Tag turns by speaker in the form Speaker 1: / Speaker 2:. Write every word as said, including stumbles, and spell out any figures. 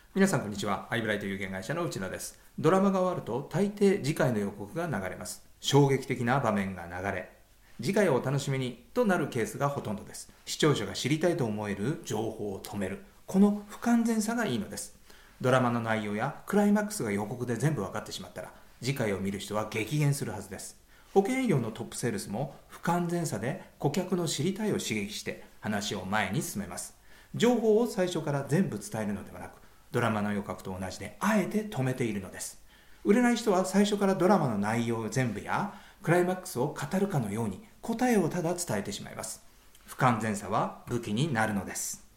Speaker 1: 皆さんこんにちは。アイブライト有限会社の内田です。ドラマが終わると大抵次回の予告が流れます。衝撃的な場面が流れ、次回をお楽しみにとなるケースがほとんどです。視聴者が知りたいと思える情報を止める、この不完全さがいいのです。ドラマの内容やクライマックスが予告で全部分かってしまったら、次回を見る人は激減するはずです。保険医療のトップセールスも不完全さで顧客の知りたいを刺激して話を前に進めます。情報を最初から全部伝えるのではなく、ドラマの予告と同じであえて止めているのです。売れない人は最初からドラマの内容全部やクライマックスを語るかのように答えをただ伝えてしまいます。不完全さは武器になるのです。